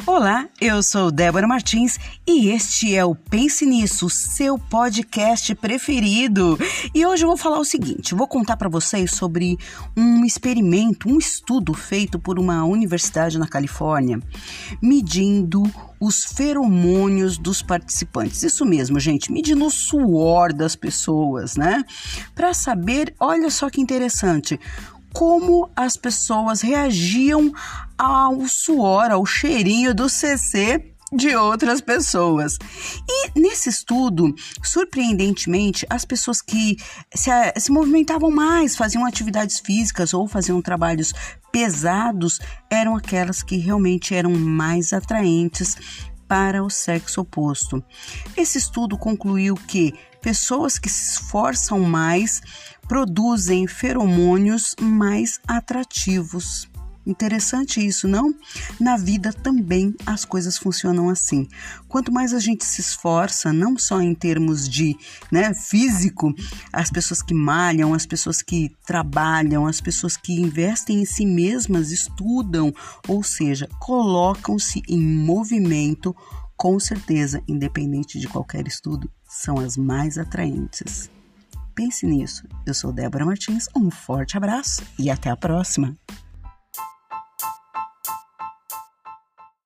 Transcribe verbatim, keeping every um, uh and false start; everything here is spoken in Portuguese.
Olá, eu sou Débora Martins e este é o Pense Nisso, seu podcast preferido. E hoje eu vou falar o seguinte, vou contar para vocês sobre um experimento, um estudo feito por uma universidade na Califórnia, medindo os feromônios dos participantes. Isso mesmo, gente, medindo o suor das pessoas, né? Para saber, olha só que interessante, como as pessoas reagiam ao suor, ao cheirinho do C C de outras pessoas. E nesse estudo, surpreendentemente, as pessoas que se, se movimentavam mais, faziam atividades físicas ou faziam trabalhos pesados, eram aquelas que realmente eram mais atraentes para o sexo oposto. Esse estudo concluiu que pessoas que se esforçam mais produzem feromônios mais atrativos. Interessante isso, não? Na vida também as coisas funcionam assim. Quanto mais a gente se esforça, não só em termos de, né, físico, as pessoas que malham, as pessoas que trabalham, as pessoas que investem em si mesmas, estudam, ou seja, colocam-se em movimento, com certeza, independente de qualquer estudo, são as mais atraentes. Pense nisso. Eu sou Débora Martins, um forte abraço e até a próxima!